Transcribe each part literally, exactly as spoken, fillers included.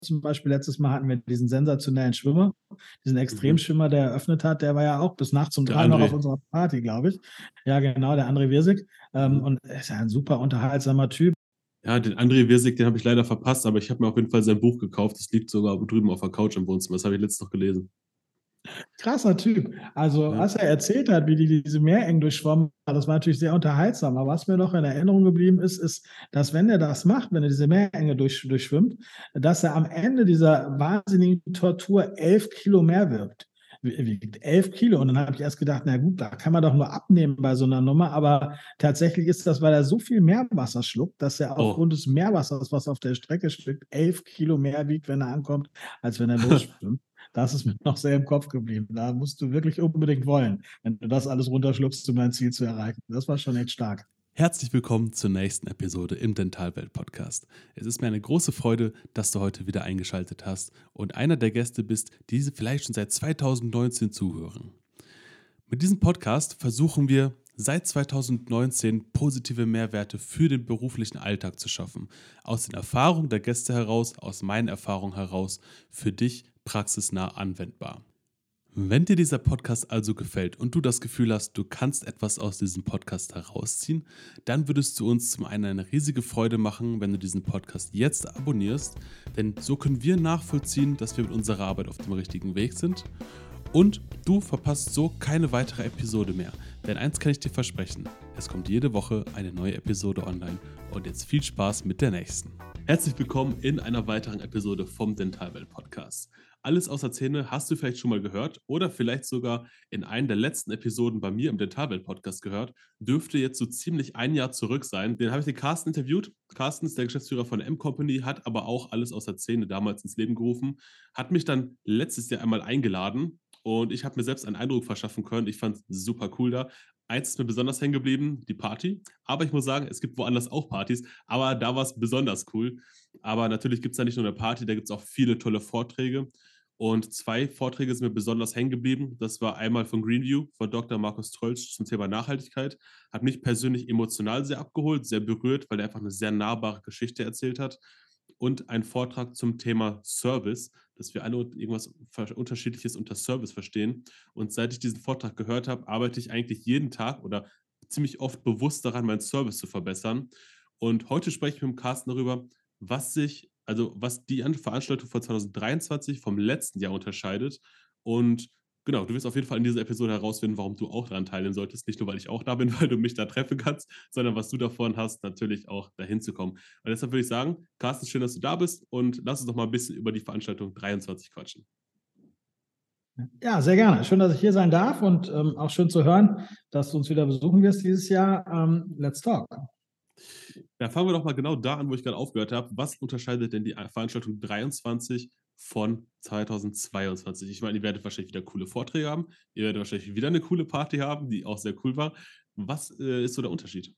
zum Beispiel letztes Mal hatten wir diesen sensationellen Schwimmer, diesen Mhm. Extremschwimmer, der eröffnet hat, der war ja auch bis nachts um Der drei noch auf André. unserer Party, glaube ich. Ja, genau, der André Wirsig. Ähm, Mhm. und er ist ja ein super unterhaltsamer Typ. Ja, den André Wirsig, den habe ich leider verpasst, aber ich habe mir auf jeden Fall sein Buch gekauft. Das liegt sogar drüben auf der Couch im Wohnzimmer. Das habe ich letztens noch gelesen. Krasser Typ. Also, Ja. was er erzählt hat, wie die diese Meerenge durchschwommen, das war natürlich sehr unterhaltsam. Aber was mir noch in Erinnerung geblieben ist, ist, dass wenn er das macht, wenn er diese Meerenge durch, durchschwimmt, dass er am Ende dieser wahnsinnigen Tortur elf Kilo mehr wirkt. Wiegt elf Kilo. Und dann habe ich erst gedacht, na gut, da kann man doch nur abnehmen bei so einer Nummer. Aber tatsächlich ist das, weil er so viel Meerwasser schluckt, dass er Oh. aufgrund des Meerwassers, was auf der Strecke schwimmt, elf Kilo mehr wiegt, wenn er ankommt, als wenn er losschwimmt. Das ist mir noch sehr im Kopf geblieben. Da musst du wirklich unbedingt wollen, wenn du das alles runterschluckst, um dein Ziel zu erreichen. Das war schon echt stark. Herzlich willkommen zur nächsten Episode im Dentalwelt Podcast. Es ist mir eine große Freude, dass du heute wieder eingeschaltet hast und einer der Gäste bist, die vielleicht schon seit zweitausendneunzehn zuhören. Mit diesem Podcast versuchen wir seit zweitausendneunzehn positive Mehrwerte für den beruflichen Alltag zu schaffen. Aus den Erfahrungen der Gäste heraus, aus meinen Erfahrungen heraus, für dich praxisnah anwendbar. Wenn dir dieser Podcast also gefällt und du das Gefühl hast, du kannst etwas aus diesem Podcast herausziehen, dann würdest du uns zum einen eine riesige Freude machen, wenn du diesen Podcast jetzt abonnierst, denn so können wir nachvollziehen, dass wir mit unserer Arbeit auf dem richtigen Weg sind und du verpasst so keine weitere Episode mehr, denn eins kann ich dir versprechen, es kommt jede Woche eine neue Episode online und jetzt viel Spaß mit der nächsten. Herzlich willkommen in einer weiteren Episode vom Dentalwelt Podcast. Alles außer Zähne hast du vielleicht schon mal gehört oder vielleicht sogar in einer der letzten Episoden bei mir im Dentalwelt Podcast gehört. Dürfte jetzt so ziemlich ein Jahr zurück sein. Den habe ich den Carsten interviewt. Carsten ist der Geschäftsführer von der M-Company, hat aber auch Alles außer Zähne damals ins Leben gerufen, hat mich dann letztes Jahr einmal eingeladen und ich habe mir selbst einen Eindruck verschaffen können. Ich fand es super cool da. Eins ist mir besonders hängen geblieben, die Party. Aber ich muss sagen, es gibt woanders auch Partys, aber da war es besonders cool. Aber natürlich gibt es da nicht nur eine Party, da gibt es auch viele tolle Vorträge. Und zwei Vorträge sind mir besonders hängen geblieben. Das war einmal von Greenview, von Doktor Markus Trölsch zum Thema Nachhaltigkeit. Hat mich persönlich emotional sehr abgeholt, sehr berührt, weil er einfach eine sehr nahbare Geschichte erzählt hat. Und ein Vortrag zum Thema Service, dass wir alle irgendwas Unterschiedliches unter Service verstehen. Und seit ich diesen Vortrag gehört habe, arbeite ich eigentlich jeden Tag oder ziemlich oft bewusst daran, meinen Service zu verbessern. Und heute spreche ich mit dem Carsten darüber, was sich, also was die Veranstaltung von zwanzig dreiundzwanzig vom letzten Jahr unterscheidet. Und genau, du wirst auf jeden Fall in dieser Episode herausfinden, warum du auch daran teilnehmen solltest. Nicht nur, weil ich auch da bin, weil du mich da treffen kannst, sondern was du davon hast, natürlich auch dahin zu kommen. Und deshalb würde ich sagen, Carsten, schön, dass du da bist und lass uns doch mal ein bisschen über die Veranstaltung dreiundzwanzig quatschen. Ja, sehr gerne. Schön, dass ich hier sein darf und ähm, auch schön zu hören, dass du uns wieder besuchen wirst dieses Jahr. Ähm, let's talk. Da fangen wir doch mal genau da an, wo ich gerade aufgehört habe. Was unterscheidet denn die Veranstaltung dreiundzwanzig von zweitausendzweiundzwanzig? Ich meine, ihr werdet wahrscheinlich wieder coole Vorträge haben. Ihr werdet wahrscheinlich wieder eine coole Party haben, die auch sehr cool war. Was äh, ist so der Unterschied?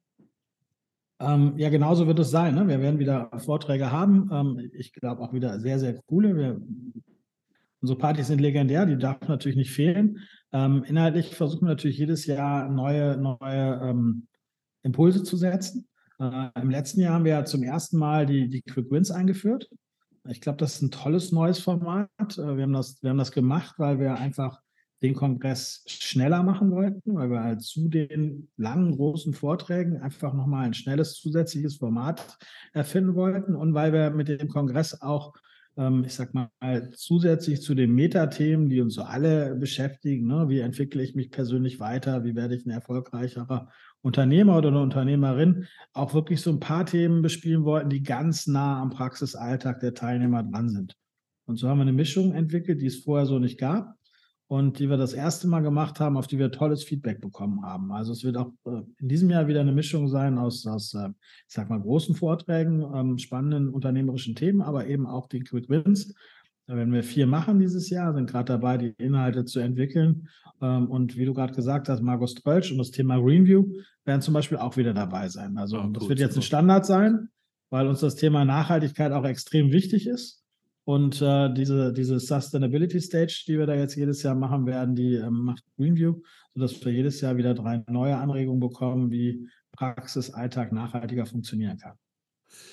Ähm, ja, genauso wird es sein. Ne? Wir werden wieder Vorträge haben. Ähm, ich glaube auch wieder sehr, sehr coole. Wir, unsere Partys sind legendär, die darf natürlich nicht fehlen. Ähm, inhaltlich versuchen wir natürlich jedes Jahr neue, neue ähm, Impulse zu setzen. Äh, Im letzten Jahr haben wir ja zum ersten Mal die, die Quick Wins eingeführt. Ich glaube, das ist ein tolles neues Format. Äh, wir haben das, wir haben das gemacht, weil wir einfach den Kongress schneller machen wollten, weil wir halt zu den langen, großen Vorträgen einfach nochmal ein schnelles zusätzliches Format erfinden wollten und weil wir mit dem Kongress auch, ähm, ich sag mal, zusätzlich zu den Metathemen, die uns so alle beschäftigen, ne, wie entwickle ich mich persönlich weiter, wie werde ich ein erfolgreicherer Unternehmer oder eine Unternehmerin, auch wirklich so ein paar Themen bespielen wollten, die ganz nah am Praxisalltag der Teilnehmer dran sind. Und so haben wir eine Mischung entwickelt, die es vorher so nicht gab und die wir das erste Mal gemacht haben, auf die wir tolles Feedback bekommen haben. Also es wird auch äh, in diesem Jahr wieder eine Mischung sein aus, aus äh, ich sag mal, großen Vorträgen, ähm, spannenden unternehmerischen Themen, aber eben auch den Quick Wins. Da werden wir vier machen dieses Jahr, sind gerade dabei, die Inhalte zu entwickeln. Ähm, und wie du gerade gesagt hast, Markus Trölsch und das Thema Greenview werden zum Beispiel auch wieder dabei sein. Also Ah, das cool, wird jetzt ein super. Standard sein, weil uns das Thema Nachhaltigkeit auch extrem wichtig ist. Und äh, diese, diese Sustainability Stage, die wir da jetzt jedes Jahr machen werden, die ähm, macht Greenview, sodass wir jedes Jahr wieder drei neue Anregungen bekommen, wie Praxis, Alltag nachhaltiger funktionieren kann.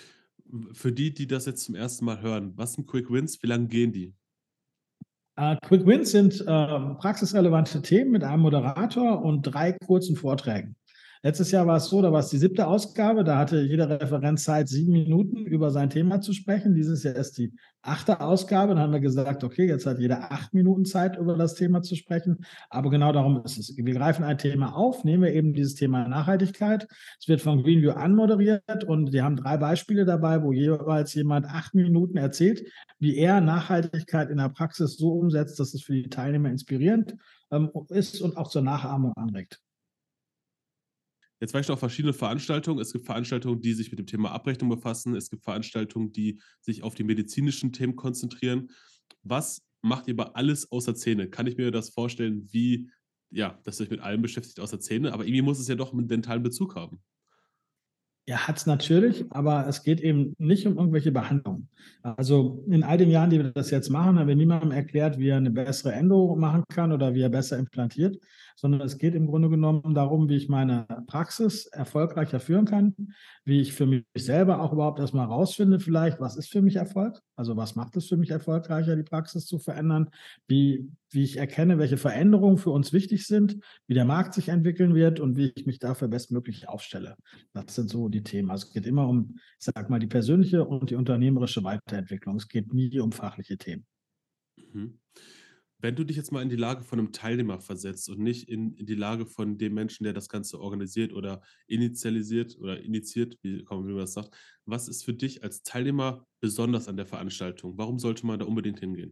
Für die, die das jetzt zum ersten Mal hören, was sind Quick Wins? Wie lange gehen die? Äh, Quick Wins sind ähm, praxisrelevante Themen mit einem Moderator und drei kurzen Vorträgen. Letztes Jahr war es so, da war es die siebte Ausgabe, da hatte jeder Referent Zeit, sieben Minuten über sein Thema zu sprechen. Dieses Jahr ist die achte Ausgabe, dann haben wir gesagt, okay, jetzt hat jeder acht Minuten Zeit, über das Thema zu sprechen. Aber genau darum ist es. Wir greifen ein Thema auf, nehmen wir eben dieses Thema Nachhaltigkeit. Es wird von Greenview anmoderiert und wir haben drei Beispiele dabei, wo jeweils jemand acht Minuten erzählt, wie er Nachhaltigkeit in der Praxis so umsetzt, dass es für die Teilnehmer inspirierend ähm, ist und auch zur Nachahmung anregt. Jetzt war ich auf verschiedene Veranstaltungen. Es gibt Veranstaltungen, die sich mit dem Thema Abrechnung befassen. Es gibt Veranstaltungen, die sich auf die medizinischen Themen konzentrieren. Was macht ihr bei alles außer Zähne? Kann ich mir das vorstellen, wie, ja, dass ihr euch mit allem beschäftigt außer Zähne, aber irgendwie muss es ja doch einen dentalen Bezug haben. Ja, hat es natürlich, aber es geht eben nicht um irgendwelche Behandlungen. Also in all den Jahren, die wir das jetzt machen, haben wir niemandem erklärt, wie er eine bessere Endo machen kann oder wie er besser implantiert, sondern es geht im Grunde genommen darum, wie ich meine Praxis erfolgreicher führen kann, wie ich für mich selber auch überhaupt erstmal rausfinde, vielleicht, was ist für mich Erfolg? Also was macht es für mich erfolgreicher, die Praxis zu verändern? Wie, wie ich erkenne, welche Veränderungen für uns wichtig sind, wie der Markt sich entwickeln wird und wie ich mich dafür bestmöglich aufstelle. Das sind so die Themen. Also es geht immer um, ich sag mal, die persönliche und die unternehmerische Weiterentwicklung. Es geht nie um fachliche Themen. Mhm. Wenn du dich jetzt mal in die Lage von einem Teilnehmer versetzt und nicht in, in die Lage von dem Menschen, der das Ganze organisiert oder initialisiert oder initiiert, wie, wie man das sagt, was ist für dich als Teilnehmer besonders an der Veranstaltung? Warum sollte man da unbedingt hingehen?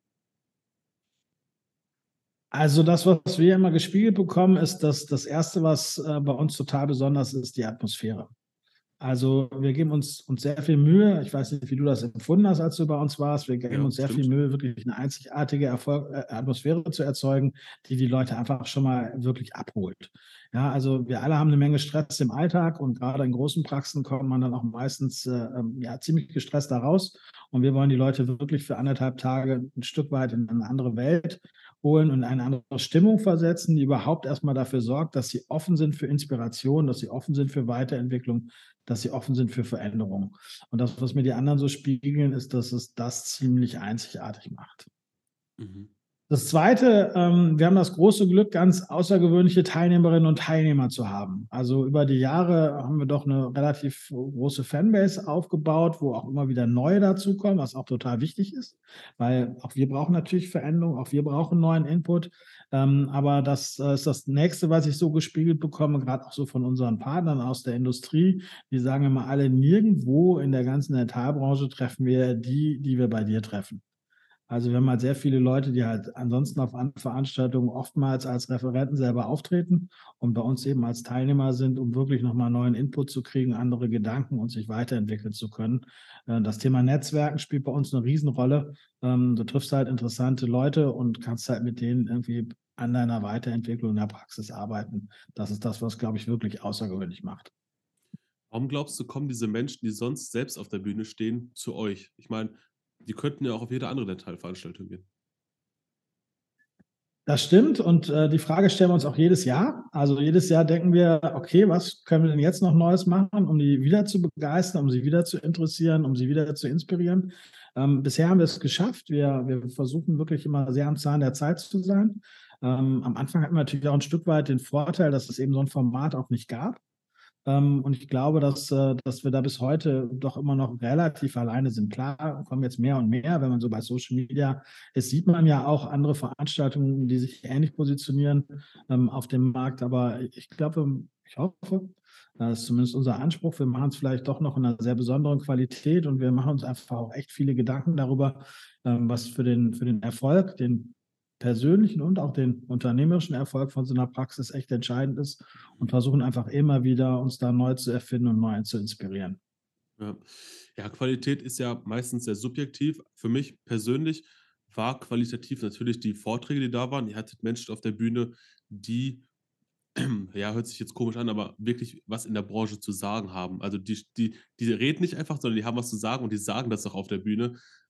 Also das, was wir immer gespiegelt bekommen, ist, dass das Erste, was äh, bei uns total besonders ist, die Atmosphäre. Also wir geben uns, uns sehr viel Mühe. Ich weiß nicht, wie du das empfunden hast, als du bei uns warst. Wir geben Ja, uns sehr viel stimmt. Mühe, wirklich eine einzigartige Erfolg, äh, Atmosphäre zu erzeugen, die die Leute einfach schon mal wirklich abholt. Ja, also wir alle haben eine Menge Stress im Alltag und gerade in großen Praxen kommt man dann auch meistens äh, ähm, ja, ziemlich gestresst da raus. Und wir wollen die Leute wirklich für anderthalb Tage ein Stück weit in eine andere Welt holen und in eine andere Stimmung versetzen, die überhaupt erstmal dafür sorgt, dass sie offen sind für Inspiration, dass sie offen sind für Weiterentwicklung, dass sie offen sind für Veränderungen. Und das, was mir die anderen so spiegeln, ist, dass es das ziemlich einzigartig macht. Mhm. Das Zweite, ähm, wir haben das große Glück, ganz außergewöhnliche Teilnehmerinnen und Teilnehmer zu haben. Also über die Jahre haben wir doch eine relativ große Fanbase aufgebaut, wo auch immer wieder neue dazukommen, was auch total wichtig ist, weil auch wir brauchen natürlich Veränderung, auch wir brauchen neuen Input. Ähm, aber das äh, ist das Nächste, was ich so gespiegelt bekomme, gerade auch so von unseren Partnern aus der Industrie. Die sagen immer alle, nirgendwo in der ganzen Dentalbranche treffen wir die, die wir bei dir treffen. Also wir haben halt sehr viele Leute, die halt ansonsten auf Veranstaltungen oftmals als Referenten selber auftreten und bei uns eben als Teilnehmer sind, um wirklich nochmal neuen Input zu kriegen, andere Gedanken und sich weiterentwickeln zu können. Äh, Das Thema Netzwerken spielt bei uns eine Riesenrolle. Ähm, Du triffst halt interessante Leute und kannst halt mit denen irgendwie an deiner Weiterentwicklung in der Praxis arbeiten. Das ist das, was, glaube ich, wirklich außergewöhnlich macht. Warum glaubst du, kommen diese Menschen, die sonst selbst auf der Bühne stehen, zu euch? Ich meine, die könnten ja auch auf jede andere Dentalveranstaltung gehen. Das stimmt und äh, die Frage stellen wir uns auch jedes Jahr. Also jedes Jahr denken wir, okay, was können wir denn jetzt noch Neues machen, um die wieder zu begeistern, um sie wieder zu interessieren, um sie wieder zu inspirieren. Ähm, bisher haben wir es geschafft. Wir, wir versuchen wirklich immer sehr am Zahn der Zeit zu sein. Ähm, am Anfang hatten wir natürlich auch ein Stück weit den Vorteil, dass es eben so ein Format auch nicht gab. Ähm, und ich glaube, dass, äh, dass wir da bis heute doch immer noch relativ alleine sind. Klar, kommen jetzt mehr und mehr, wenn man so bei Social Media ist, sieht man ja auch andere Veranstaltungen, die sich ähnlich positionieren ähm, auf dem Markt. Aber ich glaube, ich hoffe, das ist zumindest unser Anspruch. Wir machen es vielleicht doch noch in einer sehr besonderen Qualität und wir machen uns einfach auch echt viele Gedanken darüber, ähm, was für den, für den Erfolg, den persönlichen und auch den unternehmerischen Erfolg von so einer Praxis echt entscheidend ist und versuchen einfach immer wieder uns da neu zu erfinden und neu zu inspirieren. Ja. Ja, Qualität ist ja meistens sehr subjektiv. Für mich persönlich war qualitativ natürlich die Vorträge, die da waren. Ihr hattet Menschen auf der Bühne, die, ja, hört sich jetzt komisch an, aber wirklich was in der Branche zu sagen haben. Also die, die, die reden nicht einfach, sondern die haben was zu sagen und die sagen das auch auf der Bühne.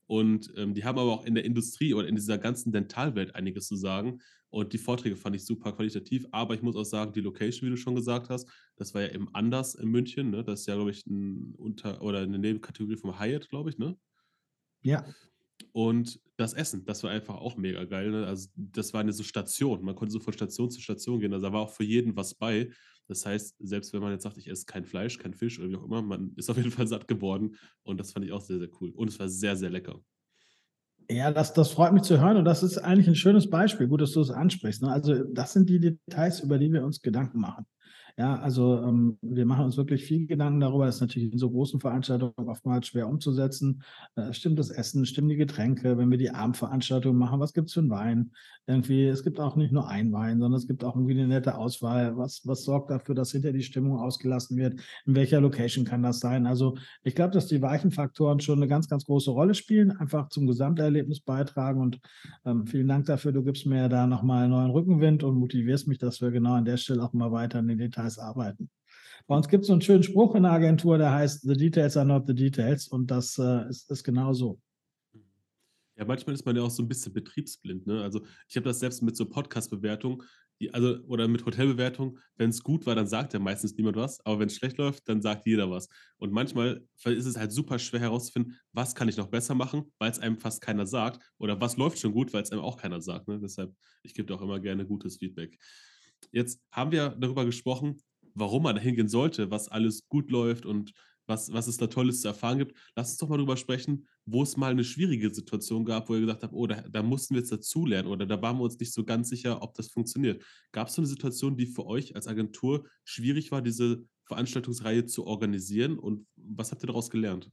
Und ähm, die haben aber auch in der Industrie oder in dieser ganzen Dentalwelt einiges zu sagen. Und die Vorträge fand ich super qualitativ. Aber ich muss auch sagen, die Location, wie du schon gesagt hast, das war ja im Anders in München. Ne? Das ist ja, glaube ich, ein Unter- oder eine Nebenkategorie vom Hyatt, glaube ich, ne? Ja. Und das Essen, das war einfach auch mega geil. Ne? Also das war eine so Station. Man konnte so von Station zu Station gehen. Also da war auch für jeden was bei. Das heißt, selbst wenn man jetzt sagt, ich esse kein Fleisch, kein Fisch oder wie auch immer, man ist auf jeden Fall satt geworden. Und das fand ich auch sehr, sehr cool. Und es war sehr, sehr lecker. Ja, das, das freut mich zu hören und das ist eigentlich ein schönes Beispiel. Gut, dass du es ansprichst. Ne? Also das sind die Details, über die wir uns Gedanken machen. Ja, also ähm, wir machen uns wirklich viel Gedanken darüber. Das ist natürlich in so großen Veranstaltungen oftmals schwer umzusetzen. Äh, stimmt das Essen, stimmen die Getränke, wenn wir die Abendveranstaltung machen, was gibt es für einen Wein? Irgendwie, es gibt auch nicht nur einen Wein, sondern es gibt auch irgendwie eine nette Auswahl. Was, was sorgt dafür, dass hinterher die Stimmung ausgelassen wird? In welcher Location kann das sein? Also ich glaube, dass die weichen Faktoren schon eine ganz, ganz große Rolle spielen, einfach zum Gesamterlebnis beitragen. Und ähm, vielen Dank dafür. Du gibst mir da nochmal einen neuen Rückenwind und motivierst mich, dass wir genau an der Stelle auch mal weiter an den Details arbeiten. Bei uns gibt es so einen schönen Spruch in der Agentur, der heißt, The details are not the details. Und das äh, ist, ist genau so. Ja, manchmal ist man ja auch so ein bisschen betriebsblind, ne? Also, ich habe das selbst mit so Podcast-Bewertungen, die also oder mit Hotelbewertungen, wenn es gut war, dann sagt ja meistens niemand was, aber wenn es schlecht läuft, dann sagt jeder was. Und manchmal ist es halt super schwer herauszufinden, was kann ich noch besser machen, weil es einem fast keiner sagt oder was läuft schon gut, weil es einem auch keiner sagt, ne? Deshalb, ich gebe da auch immer gerne gutes Feedback. Jetzt haben wir darüber gesprochen, warum man da hingehen sollte, was alles gut läuft und was was es da Tolles zu erfahren gibt. Lass uns doch mal drüber sprechen, wo es mal eine schwierige Situation gab, wo ihr gesagt habt: „Oh, da da mussten wir jetzt dazulernen“ oder da waren wir uns nicht so ganz sicher, ob das funktioniert. Gab es so eine Situation, die für euch als Agentur schwierig war, diese Veranstaltungsreihe zu organisieren und was habt ihr daraus gelernt?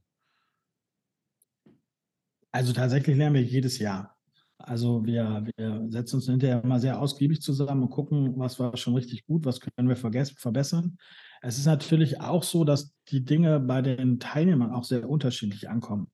Also tatsächlich lernen wir jedes Jahr. Also wir, wir setzen uns hinterher mal sehr ausgiebig zusammen und gucken, was war schon richtig gut, was können wir verges- verbessern. Es ist natürlich auch so, dass die Dinge bei den Teilnehmern auch sehr unterschiedlich ankommen.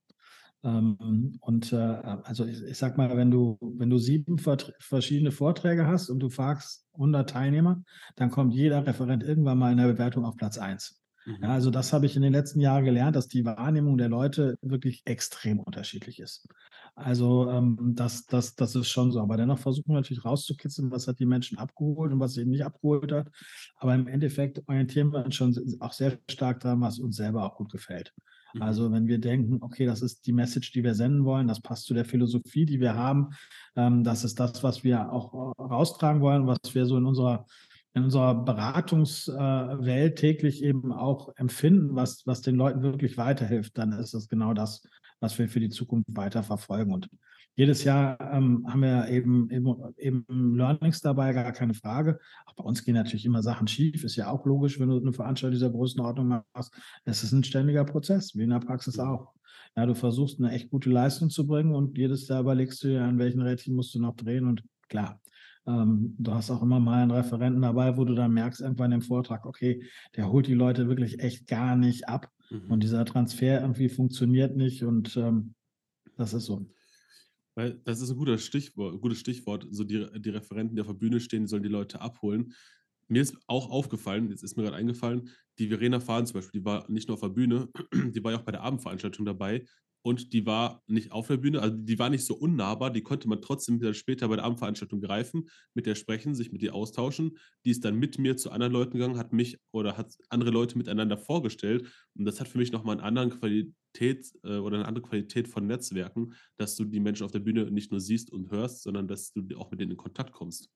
Ähm, und äh, also ich, ich sag mal, wenn du, wenn du sieben vert- verschiedene Vorträge hast und du fragst hundert Teilnehmer, dann kommt jeder Referent irgendwann mal in der Bewertung auf Platz eins. Ja, Mhm. also das habe ich in den letzten Jahren gelernt, dass die Wahrnehmung der Leute wirklich extrem unterschiedlich ist. Also ähm, das, das, das ist schon so. Aber dennoch versuchen wir natürlich rauszukitzeln, was hat die Menschen abgeholt und was sie eben nicht abgeholt hat. Aber im Endeffekt orientieren wir uns schon auch sehr stark daran, was uns selber auch gut gefällt. Mhm. Also wenn wir denken, okay, das ist die Message, die wir senden wollen, das passt zu der Philosophie, die wir haben, ähm, das ist das, was wir auch äh, raustragen wollen, was wir so in unserer in unserer Beratungswelt täglich eben auch empfinden, was, was den Leuten wirklich weiterhilft, dann ist das genau das, was wir für die Zukunft weiter verfolgen. Und jedes Jahr ähm, haben wir eben, eben, eben Learnings dabei, gar keine Frage. Auch bei uns gehen natürlich immer Sachen schief, ist ja auch logisch, wenn du eine Veranstaltung dieser Größenordnung machst. Es ist ein ständiger Prozess, wie in der Praxis Mhm. auch. Ja, du versuchst eine echt gute Leistung zu bringen und jedes Jahr überlegst du dir, an welchen Rädchen musst du noch drehen und klar. Ähm, du hast auch immer mal einen Referenten dabei, wo du dann merkst, irgendwann im Vortrag, okay, der holt die Leute wirklich echt gar nicht ab und Mhm. dieser Transfer irgendwie funktioniert nicht und ähm, das ist so. Weil das ist ein guter Stichwort gutes Stichwort, so die die Referenten, die auf der Bühne stehen, die sollen die Leute abholen. Mir ist auch aufgefallen, jetzt ist mir gerade eingefallen, die Verena Fahren zum Beispiel, die war nicht nur auf der Bühne, die war ja auch bei der Abendveranstaltung dabei und die war nicht auf der Bühne, also die war nicht so unnahbar, die konnte man trotzdem wieder später bei der Abendveranstaltung greifen, mit der sprechen, sich mit ihr austauschen. Die ist dann mit mir zu anderen Leuten gegangen, hat mich oder hat andere Leute miteinander vorgestellt und das hat für mich noch mal 'n anderen Qualität äh, oder eine andere Qualität von Netzwerken, dass du die Menschen auf der Bühne nicht nur siehst und hörst, sondern dass du auch mit denen in Kontakt kommst.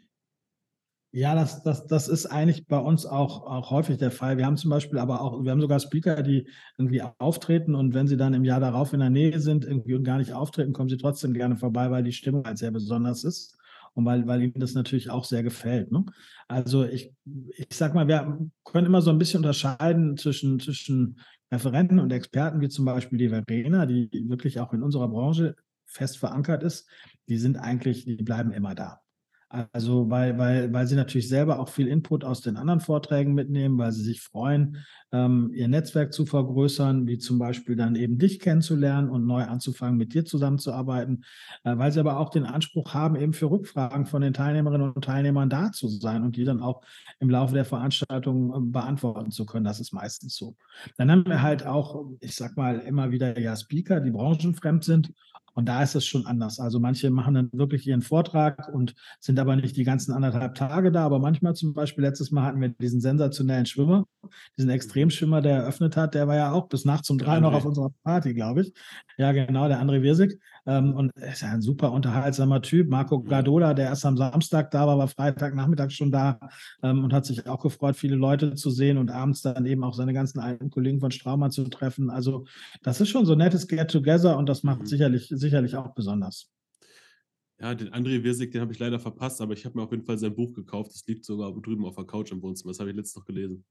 Ja, das, das, das ist eigentlich bei uns auch, auch häufig der Fall. Wir haben zum Beispiel aber auch, wir haben sogar Speaker, die irgendwie auftreten und wenn sie dann im Jahr darauf in der Nähe sind irgendwie und gar nicht auftreten, kommen sie trotzdem gerne vorbei, weil die Stimmung halt sehr besonders ist und weil, weil ihnen das natürlich auch sehr gefällt. Ne? Also ich, ich sag mal, wir können immer so ein bisschen unterscheiden zwischen, zwischen Referenten und Experten, wie zum Beispiel die Verena, die wirklich auch in unserer Branche fest verankert ist. Die sind eigentlich, die bleiben immer da. Also weil, weil, weil sie natürlich selber auch viel Input aus den anderen Vorträgen mitnehmen, weil sie sich freuen, ähm, ihr Netzwerk zu vergrößern, wie zum Beispiel dann eben dich kennenzulernen und neu anzufangen, mit dir zusammenzuarbeiten, äh, weil sie aber auch den Anspruch haben, eben für Rückfragen von den Teilnehmerinnen und Teilnehmern da zu sein und die dann auch im Laufe der Veranstaltung äh, beantworten zu können. Das ist meistens so. Dann haben wir halt auch, ich sag mal, immer wieder ja Speaker, die branchenfremd sind. Und da ist es schon anders. Also manche machen dann wirklich ihren Vortrag und sind aber nicht die ganzen anderthalb Tage da. Aber manchmal zum Beispiel, letztes Mal hatten wir diesen sensationellen Schwimmer, diesen Extremschwimmer, der eröffnet hat. Der war ja auch bis nachts um Der drei noch auf André. unserer Party, glaube ich. Ja, genau, der André Wirsig. Ähm, und er ist ja ein super unterhaltsamer Typ. Marco Ja. Gardola, der erst am Samstag da war, war Freitagnachmittag schon da ähm, und hat sich auch gefreut, viele Leute zu sehen und abends dann eben auch seine ganzen alten Kollegen von Straumann zu treffen. Also das ist schon so ein nettes Get-Together und das macht Mhm. sicherlich, sicherlich auch besonders. Ja, den André Wirsig, den habe ich leider verpasst, aber ich habe mir auf jeden Fall sein Buch gekauft. Das liegt sogar drüben auf der Couch im Wohnzimmer. Das habe ich letztens noch gelesen.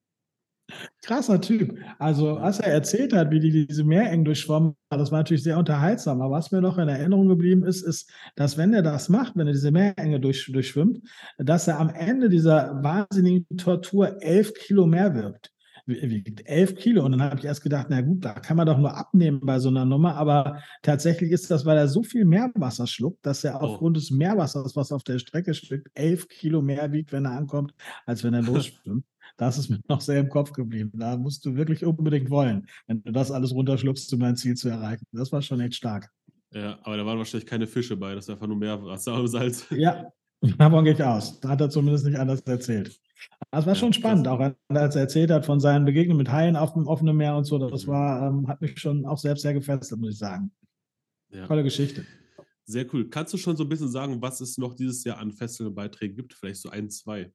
Krasser Typ. Also, Ja. was er erzählt hat, wie die diese Meerengen durchschwommen, das war natürlich sehr unterhaltsam. Aber was mir noch in Erinnerung geblieben ist, ist, dass wenn er das macht, wenn er diese Meerenge durch, durchschwimmt, dass er am Ende dieser wahnsinnigen Tortur elf Kilo mehr wirkt. Wiegt elf Kilo. Und dann habe ich erst gedacht, na gut, da kann man doch nur abnehmen bei so einer Nummer. Aber tatsächlich ist das, weil er so viel Meerwasser schluckt, dass er Oh. aufgrund des Meerwassers, was auf der Strecke schwimmt, elf Kilo mehr wiegt, wenn er ankommt, als wenn er losschwimmt. Das ist mir noch sehr im Kopf geblieben. Da musst du wirklich unbedingt wollen, wenn du das alles runterschluckst, um dein Ziel zu erreichen. Das war schon echt stark. Ja, aber da waren wahrscheinlich keine Fische bei. Das ist einfach nur Meerwasser und Salz. Ja, davon gehe ich aus. Da hat er zumindest nicht anders erzählt. Das war Ja, schon krass. spannend, auch als er erzählt hat von seinen Begegnungen mit Haien auf dem offenen Meer und so. Das Mhm. war, ähm, hat mich schon auch selbst sehr gefesselt, muss ich sagen. Ja. Tolle Geschichte. Sehr cool. Kannst du schon so ein bisschen sagen, was es noch dieses Jahr an Festivalbeiträgen gibt? Vielleicht so ein, zwei.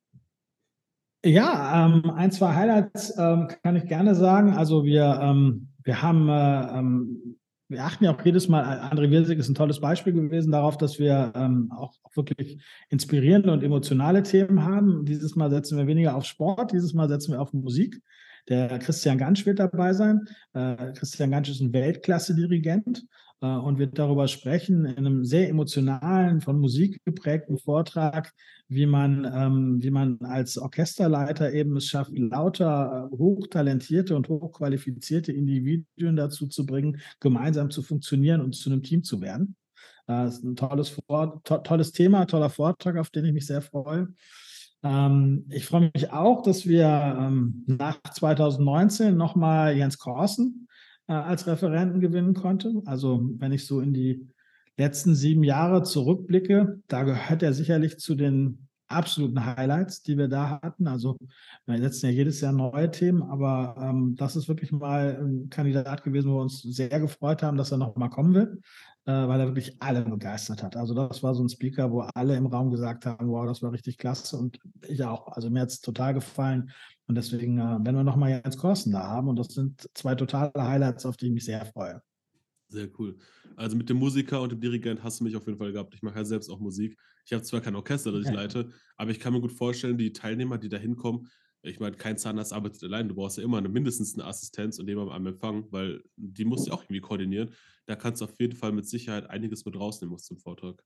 Ja, ähm, ein, zwei Highlights ähm, kann ich gerne sagen. Also wir, ähm, wir haben, äh, ähm, wir achten ja auch jedes Mal, André Wirsig ist ein tolles Beispiel gewesen darauf, dass wir ähm, auch, auch wirklich inspirierende und emotionale Themen haben. Dieses Mal setzen wir weniger auf Sport, dieses Mal setzen wir auf Musik. Der Christian Gansch wird dabei sein. Äh, Christian Gansch ist ein Weltklasse-Dirigent äh, und wird darüber sprechen in einem sehr emotionalen, von Musik geprägten Vortrag, wie man, ähm, wie man als Orchesterleiter eben es schafft, lauter äh, hochtalentierte und hochqualifizierte Individuen dazu zu bringen, gemeinsam zu funktionieren und zu einem Team zu werden. Äh, das ist ein tolles, Vor to tolles Thema, toller Vortrag, auf den ich mich sehr freue. Ähm, ich freue mich auch, dass wir ähm, nach zwanzig neunzehn nochmal Jens Korsen äh, als Referenten gewinnen konnte. Also wenn ich so in die letzten sieben Jahre zurückblicke, da gehört er sicherlich zu den absoluten Highlights, die wir da hatten. Also wir setzen ja jedes Jahr neue Themen, aber ähm, das ist wirklich mal ein Kandidat gewesen, wo wir uns sehr gefreut haben, dass er nochmal kommen will, äh, weil er wirklich alle begeistert hat. Also das war so ein Speaker, wo alle im Raum gesagt haben, wow, das war richtig klasse und ich auch. Also mir hat es total gefallen und deswegen, äh, wenn wir nochmal Jens Korsen da haben und das sind zwei totale Highlights, auf die ich mich sehr freue. Sehr cool. Also mit dem Musiker und dem Dirigent hast du mich auf jeden Fall gehabt. Ich mache ja selbst auch Musik. Ich habe zwar kein Orchester, das ich Ja. leite, aber ich kann mir gut vorstellen, die Teilnehmer, die da hinkommen, ich meine, kein Zahnarzt arbeitet allein. Du brauchst ja immer eine, mindestens eine Assistenz und jemanden am Empfang, weil die musst du auch irgendwie koordinieren. Da kannst du auf jeden Fall mit Sicherheit einiges mit rausnehmen aus dem Vortrag.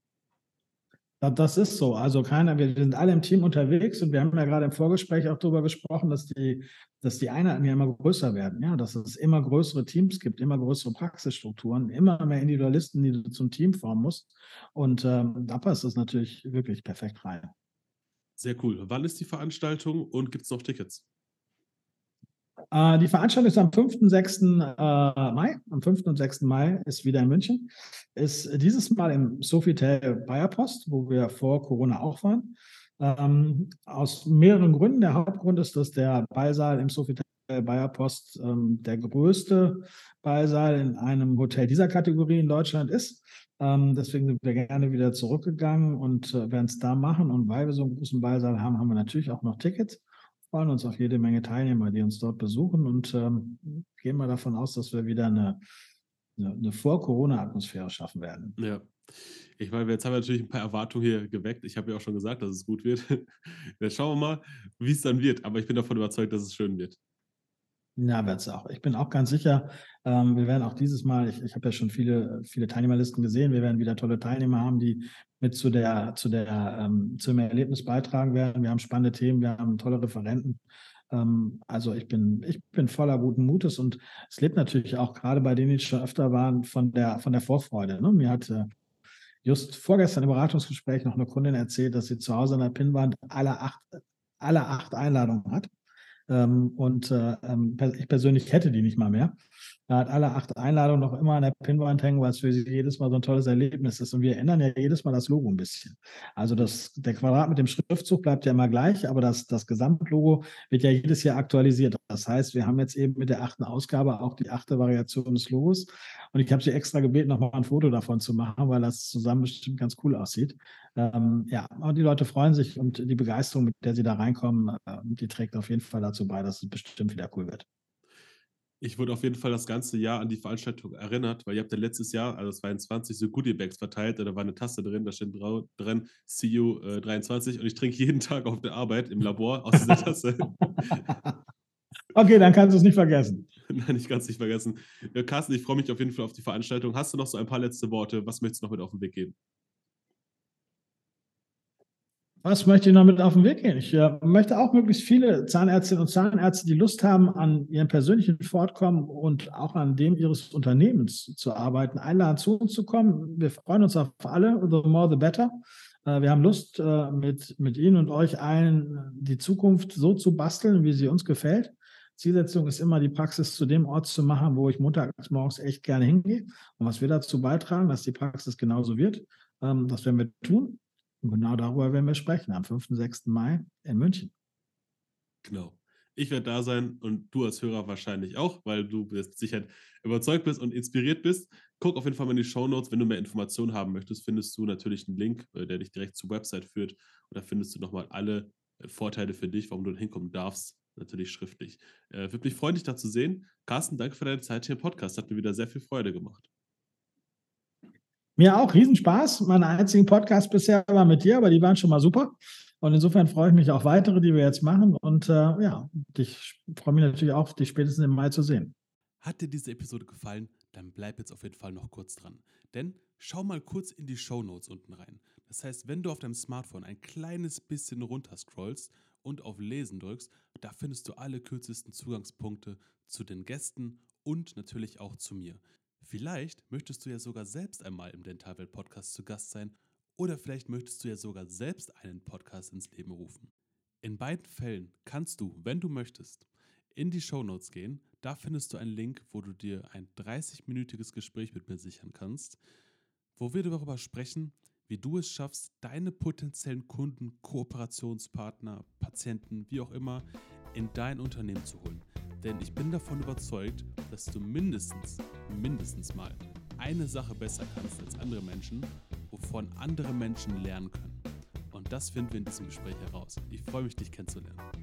Das ist so. Also keiner, wir sind alle im Team unterwegs und wir haben ja gerade im Vorgespräch auch darüber gesprochen, dass die, dass die Einheiten ja immer größer werden. Ja, dass es immer größere Teams gibt, immer größere Praxisstrukturen, immer mehr Individualisten, die du zum Team formen musst. Und ähm, da passt das natürlich wirklich perfekt rein. Sehr cool. Wann ist die Veranstaltung und gibt es noch Tickets? Äh, die Veranstaltung ist am fünften und sechsten Äh, Mai. Am fünften und sechsten Mai ist wieder in München. Ist dieses Mal im Sofitel Bayerpost, wo wir vor Corona auch waren. Ähm, aus mehreren Gründen. Der Hauptgrund ist, dass der Ballsaal im Sofitel Bayerpost ähm, der größte Ballsaal in einem Hotel dieser Kategorie in Deutschland ist. Ähm, deswegen sind wir gerne wieder zurückgegangen und äh, werden es da machen. Und weil wir so einen großen Ballsaal haben, haben wir natürlich auch noch Tickets. Freuen uns auf jede Menge Teilnehmer, die uns dort besuchen und ähm, gehen mal davon aus, dass wir wieder eine, eine, eine Vor-Corona-Atmosphäre schaffen werden. Ja. Ich meine, jetzt haben wir natürlich ein paar Erwartungen hier geweckt. Ich habe ja auch schon gesagt, dass es gut wird. Jetzt schauen wir mal, wie es dann wird. Aber ich bin davon überzeugt, dass es schön wird. Ja, wird es auch. Ich bin auch ganz sicher, ähm, wir werden auch dieses Mal, ich, ich habe ja schon viele, viele Teilnehmerlisten gesehen, wir werden wieder tolle Teilnehmer haben, die mit zu der, zu der, ähm, zum Erlebnis beitragen werden. Wir haben spannende Themen, wir haben tolle Referenten. Ähm, also ich bin, ich bin voller guten Mutes und es lebt natürlich auch gerade bei denen, die schon öfter waren, von der, von der Vorfreude. Ne? Mir hat äh, just vorgestern im Beratungsgespräch noch eine Kundin erzählt, dass sie zu Hause an der Pinnwand alle acht, alle acht Einladungen hat. Ähm, und äh, ich persönlich hätte die nicht mal mehr. Er hat alle acht Einladungen noch immer an der Pinnwand hängen, weil es für sie jedes Mal so ein tolles Erlebnis ist. Und wir ändern ja jedes Mal das Logo ein bisschen. Also das, der Quadrat mit dem Schriftzug bleibt ja immer gleich, aber das, das Gesamtlogo wird ja jedes Jahr aktualisiert. Das heißt, wir haben jetzt eben mit der achten Ausgabe auch die achte Variation des Logos. Und ich habe sie extra gebeten, nochmal ein Foto davon zu machen, weil das zusammen bestimmt ganz cool aussieht. Ähm, ja, aber die Leute freuen sich und die Begeisterung, mit der sie da reinkommen, äh, die trägt auf jeden Fall dazu bei, dass es bestimmt wieder cool wird. Ich wurde auf jeden Fall das ganze Jahr an die Veranstaltung erinnert, weil ihr habt ja letztes Jahr, also zweiundzwanzig, so Goodie-Bags verteilt. Da war eine Tasse drin, da steht drin See you äh, dreiundzwanzig und ich trinke jeden Tag auf der Arbeit im Labor aus dieser Tasse. Okay, dann kannst du es nicht vergessen. Nein, ich kann es nicht vergessen. Ja, Carsten, ich freue mich auf jeden Fall auf die Veranstaltung. Hast du noch so ein paar letzte Worte? Was möchtest du noch mit auf den Weg geben? Was möchte ich noch mit auf den Weg gehen? Ich äh, möchte auch möglichst viele Zahnärztinnen und Zahnärzte, die Lust haben, an ihrem persönlichen Fortkommen und auch an dem ihres Unternehmens zu arbeiten, einladen, zu uns zu kommen. Wir freuen uns auf alle. The more, the better. Äh, wir haben Lust, äh, mit, mit Ihnen und euch allen die Zukunft so zu basteln, wie sie uns gefällt. Zielsetzung ist immer, die Praxis zu dem Ort zu machen, wo ich montags morgens echt gerne hingehe. Und was wir dazu beitragen, dass die Praxis genauso wird, ähm, das werden wir tun. Und genau darüber werden wir sprechen, am fünften, sechsten Mai in München. Genau. Ich werde da sein und du als Hörer wahrscheinlich auch, weil du mit Sicherheit überzeugt bist und inspiriert bist. Guck auf jeden Fall mal in die Shownotes. Wenn du mehr Informationen haben möchtest, findest du natürlich einen Link, der dich direkt zur Website führt. Und da findest du nochmal alle Vorteile für dich, warum du da hinkommen darfst, natürlich schriftlich. Äh, würde mich freuen, dich da zu sehen. Carsten, danke für deine Zeit hier im Podcast. Hat mir wieder sehr viel Freude gemacht. Mir auch, Riesenspaß. Mein einzigen Podcast bisher war mit dir, aber die waren schon mal super. Und insofern freue ich mich auf weitere, die wir jetzt machen. Und äh, ja, ich freue mich natürlich auch, dich spätestens im Mai zu sehen. Hat dir diese Episode gefallen, dann bleib jetzt auf jeden Fall noch kurz dran. Denn schau mal kurz in die Shownotes unten rein. Das heißt, wenn du auf deinem Smartphone ein kleines bisschen runter scrollst und auf Lesen drückst, da findest du alle kürzesten Zugangspunkte zu den Gästen und natürlich auch zu mir. Vielleicht möchtest du ja sogar selbst einmal im Dentalwelt-Podcast zu Gast sein oder vielleicht möchtest du ja sogar selbst einen Podcast ins Leben rufen. In beiden Fällen kannst du, wenn du möchtest, in die Shownotes gehen. Da findest du einen Link, wo du dir ein dreißig-minütiges Gespräch mit mir sichern kannst, wo wir darüber sprechen, wie du es schaffst, deine potenziellen Kunden, Kooperationspartner, Patienten, wie auch immer, in dein Unternehmen zu holen. Denn ich bin davon überzeugt, dass du mindestens, mindestens mal eine Sache besser kannst als andere Menschen, wovon andere Menschen lernen können. Und das finden wir in diesem Gespräch heraus. Ich freue mich, dich kennenzulernen.